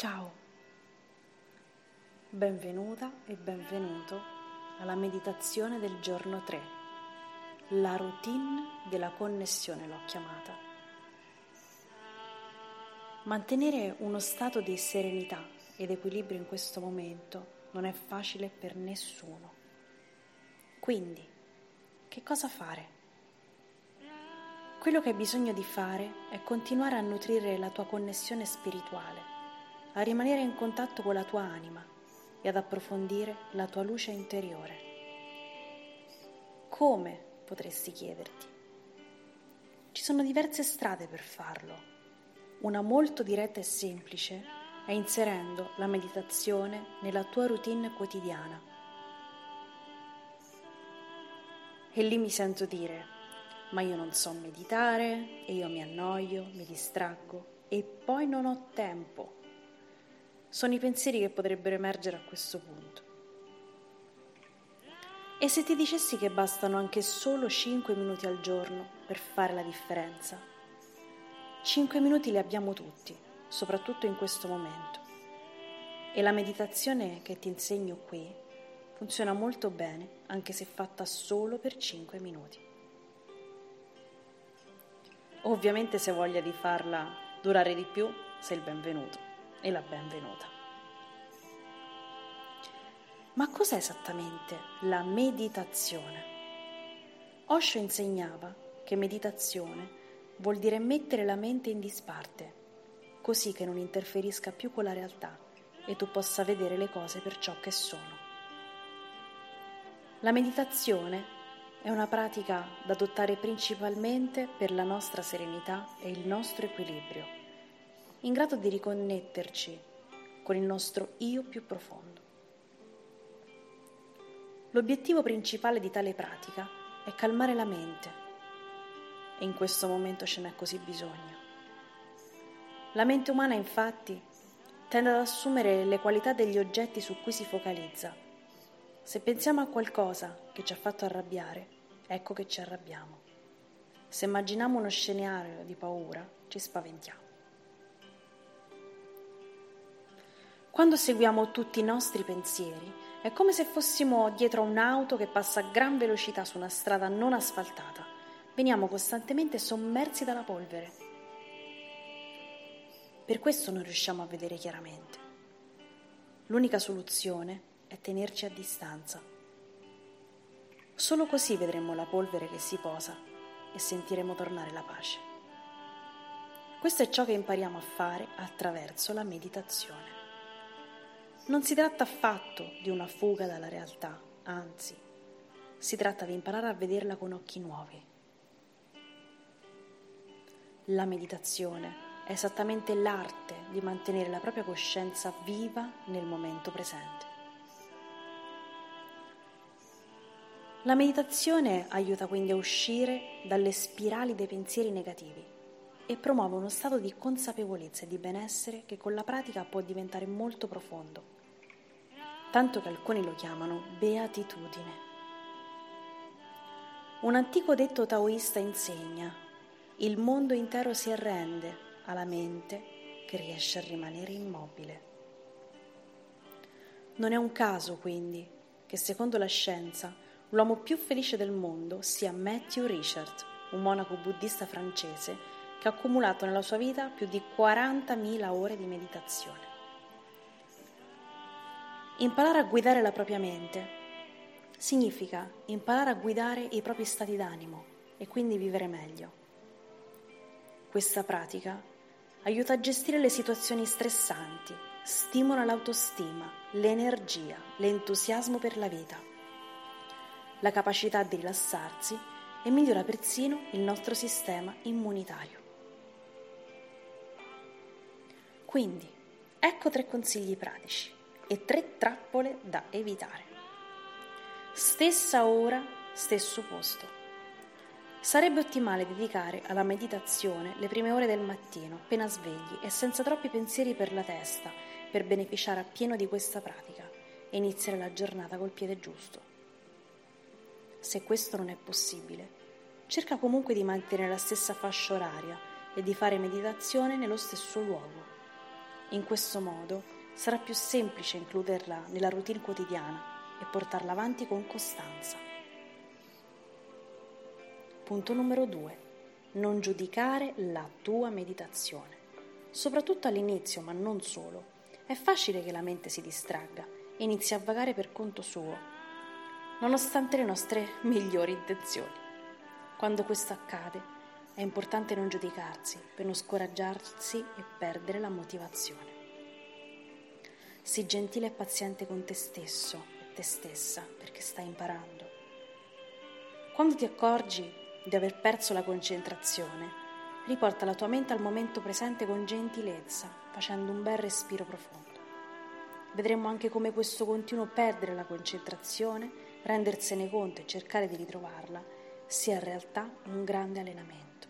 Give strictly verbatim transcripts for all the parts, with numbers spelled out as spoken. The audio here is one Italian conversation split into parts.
Ciao, benvenuta e benvenuto alla meditazione del giorno tre, la routine della connessione l'ho chiamata. Mantenere uno stato di serenità ed equilibrio in questo momento non è facile per nessuno. Quindi, che cosa fare? Quello che hai bisogno di fare è continuare a nutrire la tua connessione spirituale, a rimanere in contatto con la tua anima e ad approfondire la tua luce interiore. Come, potresti chiederti? Ci sono diverse strade per farlo. Una molto diretta e semplice è inserendo la meditazione nella tua routine quotidiana. E lì mi sento dire, ma io non so meditare, e io mi annoio, mi distraggo, e poi non ho tempo. Sono i pensieri che potrebbero emergere a questo punto. E se ti dicessi che bastano anche solo cinque minuti al giorno per fare la differenza? cinque minuti li abbiamo tutti, soprattutto in questo momento. E la meditazione che ti insegno qui funziona molto bene, anche se fatta solo per cinque minuti. Ovviamente se hai voglia di farla durare di più, sei il benvenuto e la benvenuta. Ma cos'è esattamente la meditazione? Osho insegnava che meditazione vuol dire mettere la mente in disparte, così che non interferisca più con la realtà e tu possa vedere le cose per ciò che sono. La meditazione è una pratica da adottare principalmente per la nostra serenità e il nostro equilibrio, in grado di riconnetterci con il nostro io più profondo. L'obiettivo principale di tale pratica è calmare la mente, e in questo momento ce n'è così bisogno. La mente umana, infatti, tende ad assumere le qualità degli oggetti su cui si focalizza. Se pensiamo a qualcosa che ci ha fatto arrabbiare, ecco che ci arrabbiamo. Se immaginiamo uno scenario di paura, ci spaventiamo. Quando seguiamo tutti i nostri pensieri, è come se fossimo dietro a un'auto che passa a gran velocità su una strada non asfaltata. Veniamo costantemente sommersi dalla polvere. Per questo non riusciamo a vedere chiaramente. L'unica soluzione è tenerci a distanza. Solo così vedremo la polvere che si posa e sentiremo tornare la pace. Questo è ciò che impariamo a fare attraverso la meditazione. Non si tratta affatto di una fuga dalla realtà, anzi, si tratta di imparare a vederla con occhi nuovi. La meditazione è esattamente l'arte di mantenere la propria coscienza viva nel momento presente. La meditazione aiuta quindi a uscire dalle spirali dei pensieri negativi e promuove uno stato di consapevolezza e di benessere che con la pratica può diventare molto profondo, tanto che alcuni lo chiamano beatitudine. Un antico detto taoista insegna: il mondo intero si arrende alla mente che riesce a rimanere immobile. Non è un caso, quindi, che secondo la scienza l'uomo più felice del mondo sia Matthew Richard, un monaco buddista francese che ha accumulato nella sua vita più di quarantamila ore di meditazione. Imparare a guidare la propria mente significa imparare a guidare i propri stati d'animo e quindi vivere meglio. Questa pratica aiuta a gestire le situazioni stressanti, stimola l'autostima, l'energia, l'entusiasmo per la vita, la capacità di rilassarsi e migliora persino il nostro sistema immunitario. Quindi, ecco tre consigli pratici e tre trappole da evitare. Stessa ora, stesso posto. Sarebbe ottimale dedicare alla meditazione le prime ore del mattino, appena svegli e senza troppi pensieri per la testa, per beneficiare appieno di questa pratica e iniziare la giornata col piede giusto. Se questo non è possibile, cerca comunque di mantenere la stessa fascia oraria e di fare meditazione nello stesso luogo. In questo modo sarà più semplice includerla nella routine quotidiana e portarla avanti con costanza. Punto numero due. Non giudicare la tua meditazione. Soprattutto all'inizio, ma non solo. È facile che la mente si distragga e inizi a vagare per conto suo, nonostante le nostre migliori intenzioni. Quando questo accade, è importante non giudicarsi per non scoraggiarsi e perdere la motivazione. Sii gentile e paziente con te stesso e te stessa perché stai imparando. Quando ti accorgi di aver perso la concentrazione, riporta la tua mente al momento presente con gentilezza, facendo un bel respiro profondo. Vedremo anche come questo continuo perdere la concentrazione, rendersene conto e cercare di ritrovarla, sia in realtà un grande allenamento.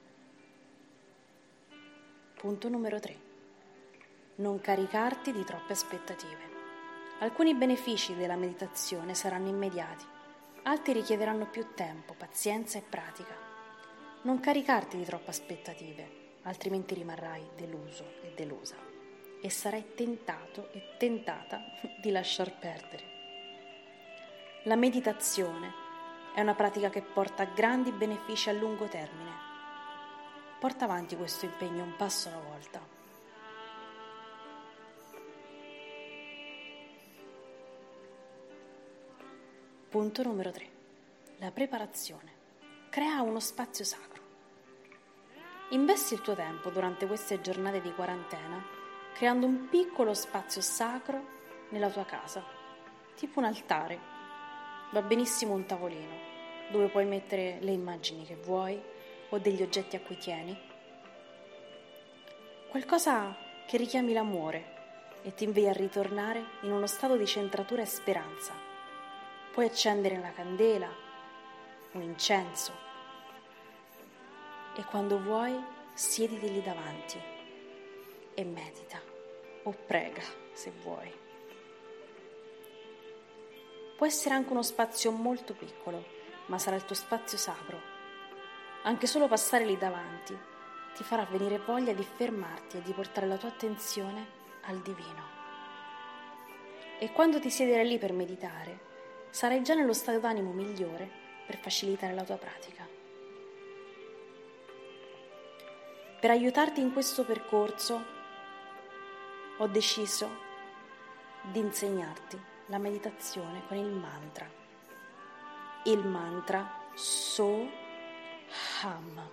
Punto numero tre. Non caricarti di troppe aspettative. Alcuni benefici della meditazione saranno immediati, altri richiederanno più tempo, pazienza e pratica. Non caricarti di troppe aspettative, altrimenti rimarrai deluso e delusa e sarai tentato e tentata di lasciar perdere. La meditazione è una pratica che porta grandi benefici a lungo termine. Porta avanti questo impegno un passo alla volta. Punto numero tre. La preparazione. Crea uno spazio sacro. Investi il tuo tempo durante queste giornate di quarantena creando un piccolo spazio sacro nella tua casa, tipo un altare. Va benissimo un tavolino dove puoi mettere le immagini che vuoi o degli oggetti a cui tieni. Qualcosa che richiami l'amore e ti invia a ritornare in uno stato di centratura e speranza. Puoi accendere una candela, un incenso, e quando vuoi siediti lì davanti e medita o prega se vuoi. Può essere anche uno spazio molto piccolo, ma sarà il tuo spazio sacro. Anche solo passare lì davanti ti farà venire voglia di fermarti e di portare la tua attenzione al divino. E quando ti siederai lì per meditare, sarai già nello stato d'animo migliore per facilitare la tua pratica. Per aiutarti in questo percorso, ho deciso di insegnarti la meditazione con il mantra. Il mantra So Ham.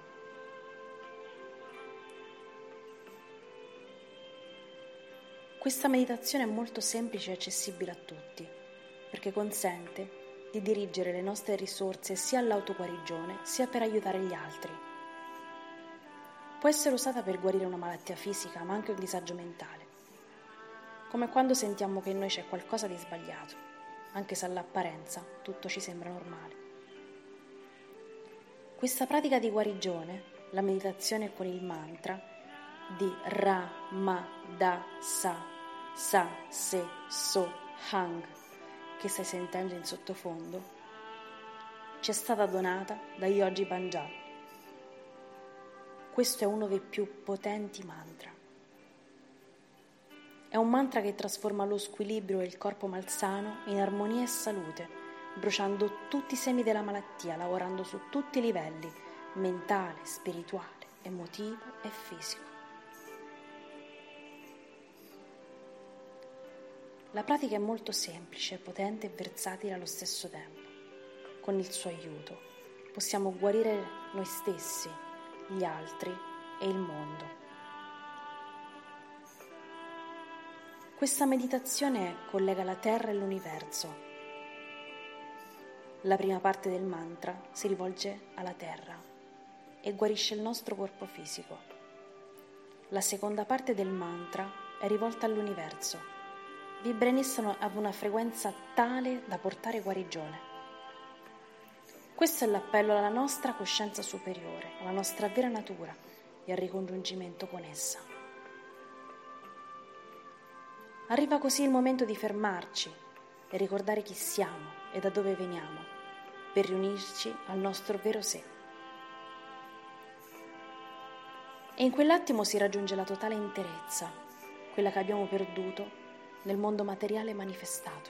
Questa meditazione è molto semplice e accessibile a tutti, perché consente di dirigere le nostre risorse sia all'autoguarigione sia per aiutare gli altri. Può essere usata per guarire una malattia fisica, ma anche un disagio mentale, come quando sentiamo che in noi c'è qualcosa di sbagliato, anche se all'apparenza tutto ci sembra normale. Questa pratica di guarigione, la meditazione con il mantra di Ra, Ma, Da, Sa, Sa, Se, So, Hang, che stai sentendo in sottofondo, ci è stata donata da Yogi Bhajan. Questo è uno dei più potenti mantra. È un mantra che trasforma lo squilibrio e il corpo malsano in armonia e salute, bruciando tutti i semi della malattia, lavorando su tutti i livelli, mentale, spirituale, emotivo e fisico. La pratica è molto semplice, potente e versatile allo stesso tempo. Con il suo aiuto possiamo guarire noi stessi, gli altri e il mondo. Questa meditazione collega la Terra e l'universo. La prima parte del mantra si rivolge alla Terra e guarisce il nostro corpo fisico. La seconda parte del mantra è rivolta all'universo. Vibra in esso ad una frequenza tale da portare guarigione. Questo è l'appello alla nostra coscienza superiore, alla nostra vera natura e al ricongiungimento con essa. Arriva così il momento di fermarci e ricordare chi siamo e da dove veniamo, per riunirci al nostro vero sé. E in quell'attimo si raggiunge la totale interezza, quella che abbiamo perduto nel mondo materiale manifestato.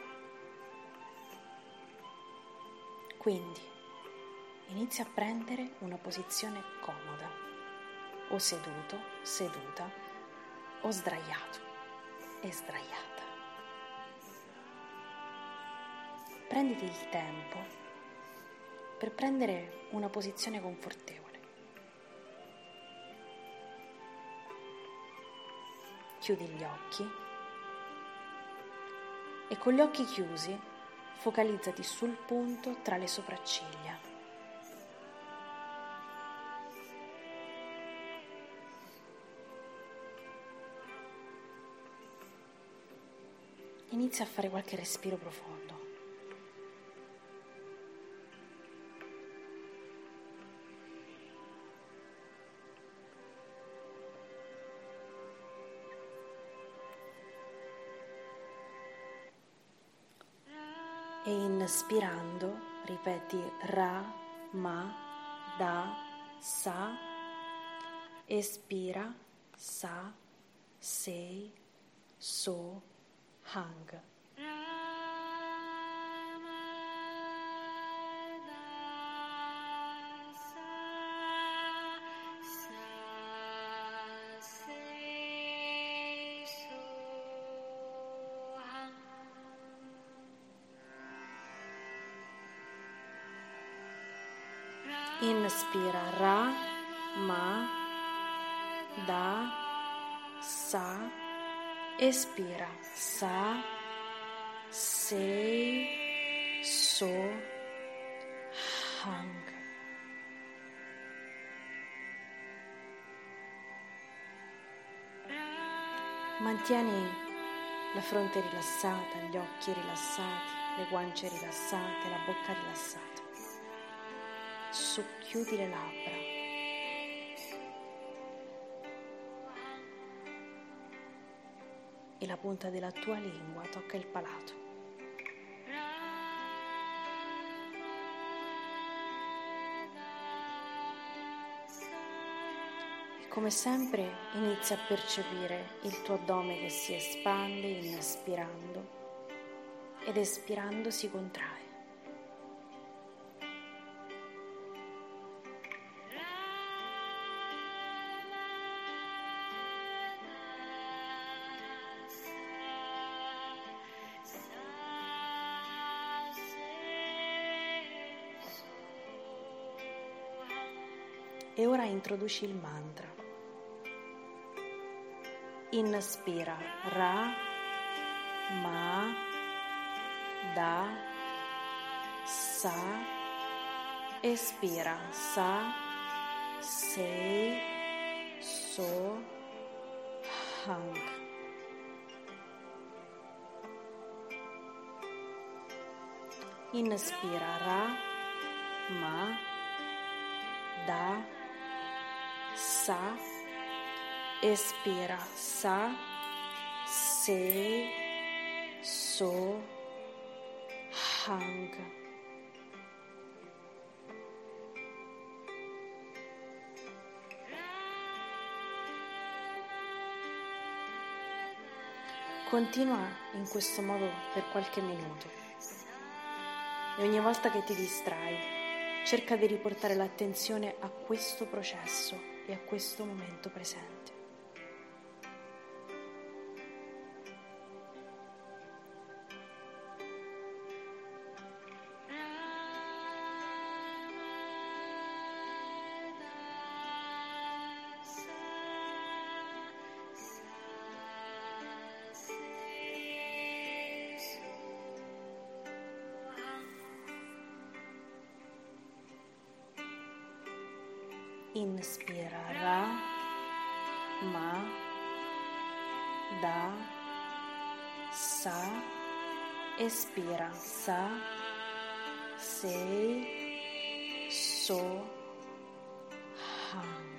Quindi inizia a prendere una posizione comoda, o seduto, seduta, o sdraiato e sdraiata. Prenditi il tempo per prendere una posizione confortevole. Chiudi gli occhi e con gli occhi chiusi focalizzati sul punto tra le sopracciglia. Inizia a fare qualche respiro profondo. E inspirando ripeti Ra, Ma, Da, Sa, espira Sa, Sei, So, Hang. Inspira Ra, Ma, Da, Sa, espira Sa, Sei, So, Hang. Mantieni la fronte rilassata, gli occhi rilassati, le guance rilassate, la bocca rilassata. Socchiudi le labbra. E la punta della tua lingua tocca il palato. E come sempre inizia a percepire il tuo addome che si espande inspirando ed espirando si contrae. E ora introduci il mantra. Inspira Ra, Ma, Da, Sa, espira Sa, Sei, So, Hang. Inspira Ra, Ma, Da, Sa, espira Sa, Sei, So, Hang. Continua in questo modo per qualche minuto e ogni volta che ti distrai cerca di riportare l'attenzione a questo processo e a questo momento presente. Inspira Ra, Ma, Da, Sa, espira Sa, Sei, So, Hang.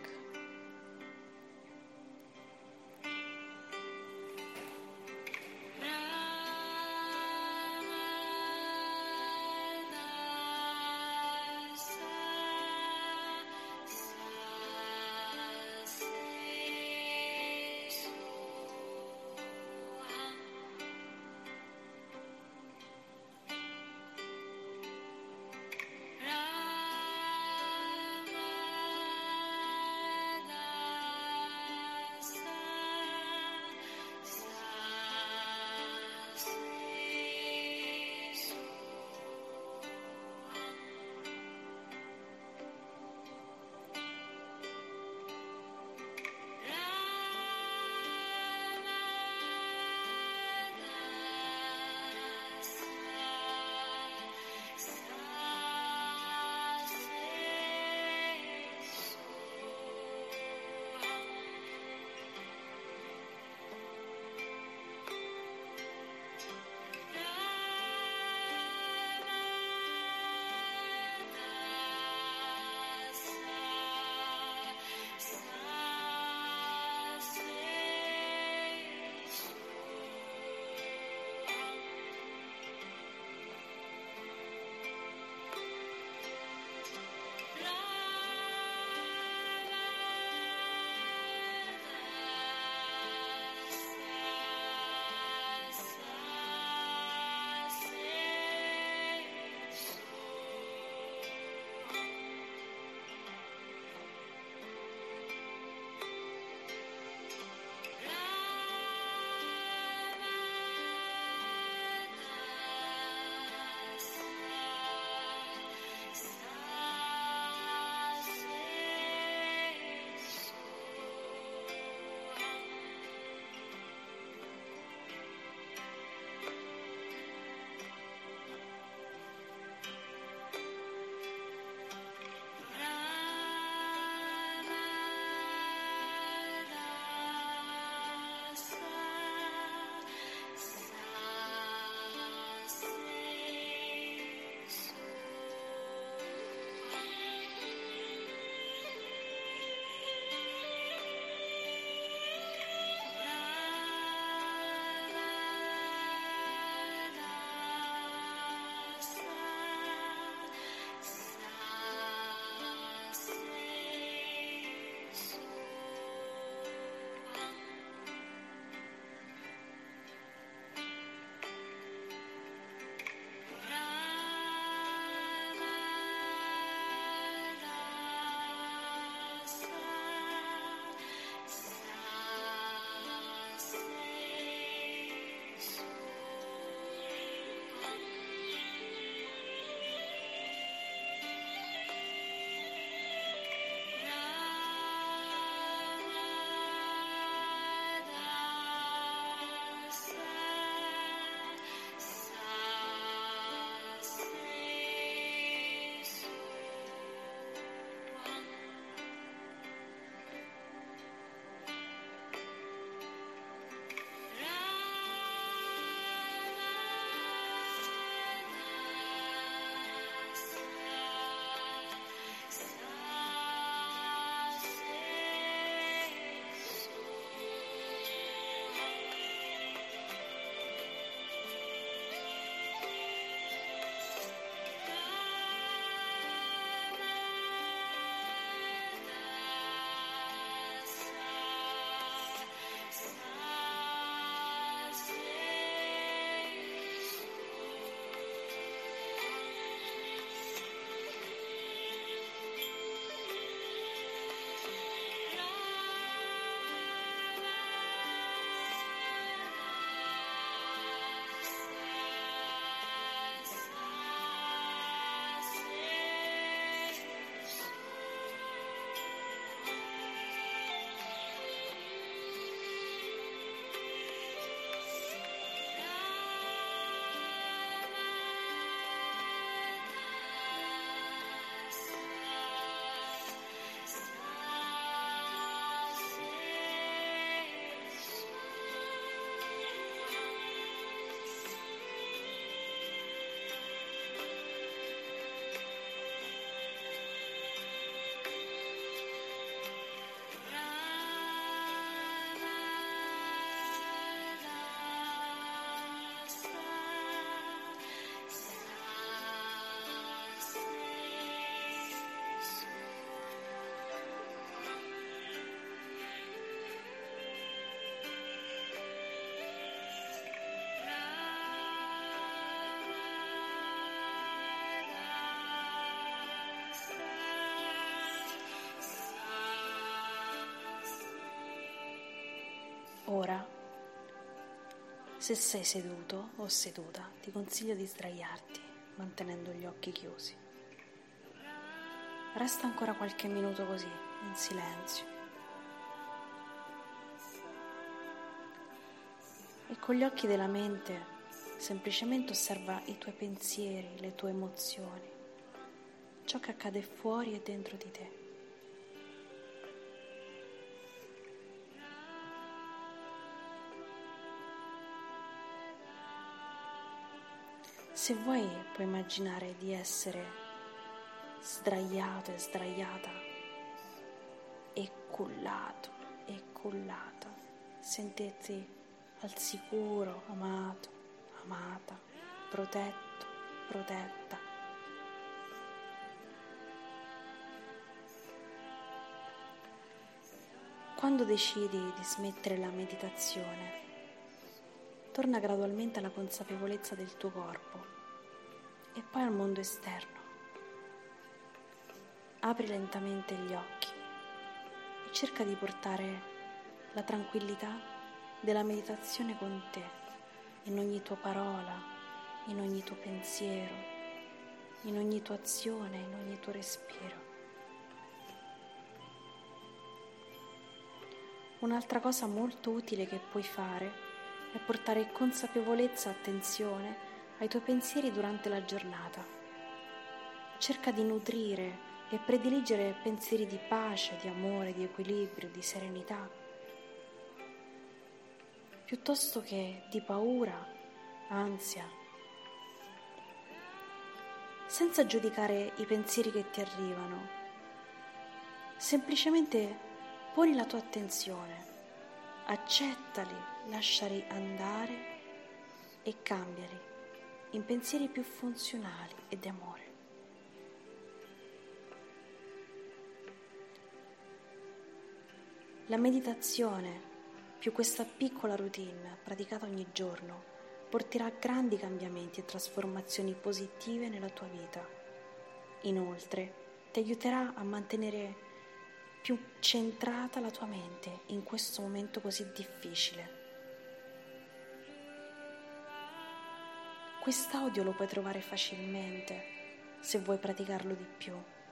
Ora, se sei seduto o seduta, ti consiglio di sdraiarti mantenendo gli occhi chiusi. Resta ancora qualche minuto così, in silenzio. E con gli occhi della mente semplicemente osserva i tuoi pensieri, le tue emozioni, ciò che accade fuori e dentro di te. Se vuoi, puoi immaginare di essere sdraiato e sdraiata e cullato e cullata, sentirti al sicuro, amato, amata, protetto, protetta. Quando decidi di smettere la meditazione, torna gradualmente alla consapevolezza del tuo corpo e poi al mondo esterno. Apri lentamente gli occhi e cerca di portare la tranquillità della meditazione con te, in ogni tua parola, in ogni tuo pensiero, in ogni tua azione, in ogni tuo respiro. Un'altra cosa molto utile che puoi fare è portare consapevolezza e attenzione ai tuoi pensieri durante la giornata. Cerca di nutrire e prediligere pensieri di pace, di amore, di equilibrio, di serenità, piuttosto che di paura, ansia. Senza giudicare i pensieri che ti arrivano, semplicemente poni la tua attenzione, accettali, lasciali andare e cambiali in pensieri più funzionali e di amore. La meditazione, più questa piccola routine praticata ogni giorno, porterà a grandi cambiamenti e trasformazioni positive nella tua vita. Inoltre, ti aiuterà a mantenere più centrata la tua mente in questo momento così difficile. Quest'audio lo puoi trovare facilmente se vuoi praticarlo di più.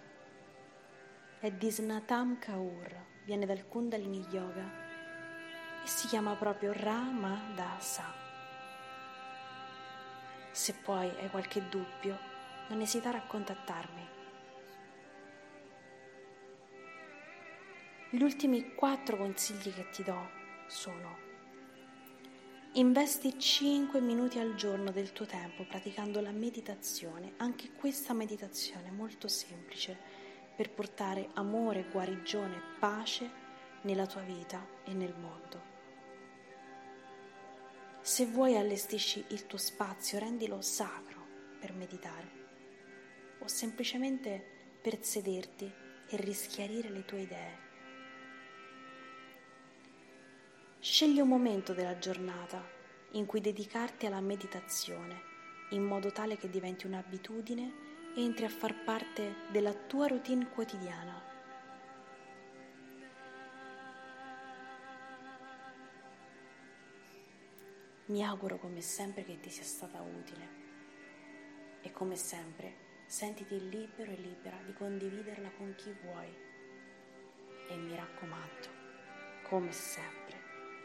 È di Snatam Kaur, viene dal Kundalini Yoga e si chiama proprio Ramadasa. Se poi hai qualche dubbio, non esitare a contattarmi. Gli ultimi quattro consigli che ti do sono: investi cinque minuti al giorno del tuo tempo praticando la meditazione, anche questa meditazione molto semplice, per portare amore, guarigione, pace nella tua vita e nel mondo. Se vuoi, allestisci il tuo spazio, rendilo sacro per meditare o semplicemente per sederti e rischiarire le tue idee. Scegli un momento della giornata in cui dedicarti alla meditazione, in modo tale che diventi un'abitudine e entri a far parte della tua routine quotidiana. Mi auguro come sempre che ti sia stata utile e come sempre sentiti libero e libera di condividerla con chi vuoi. E mi raccomando, come sempre,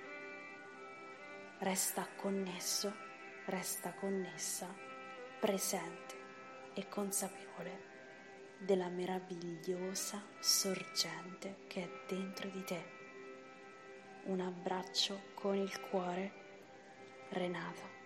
resta connesso, resta connessa, presente e consapevole della meravigliosa sorgente che è dentro di te. Un abbraccio con il cuore, Renata.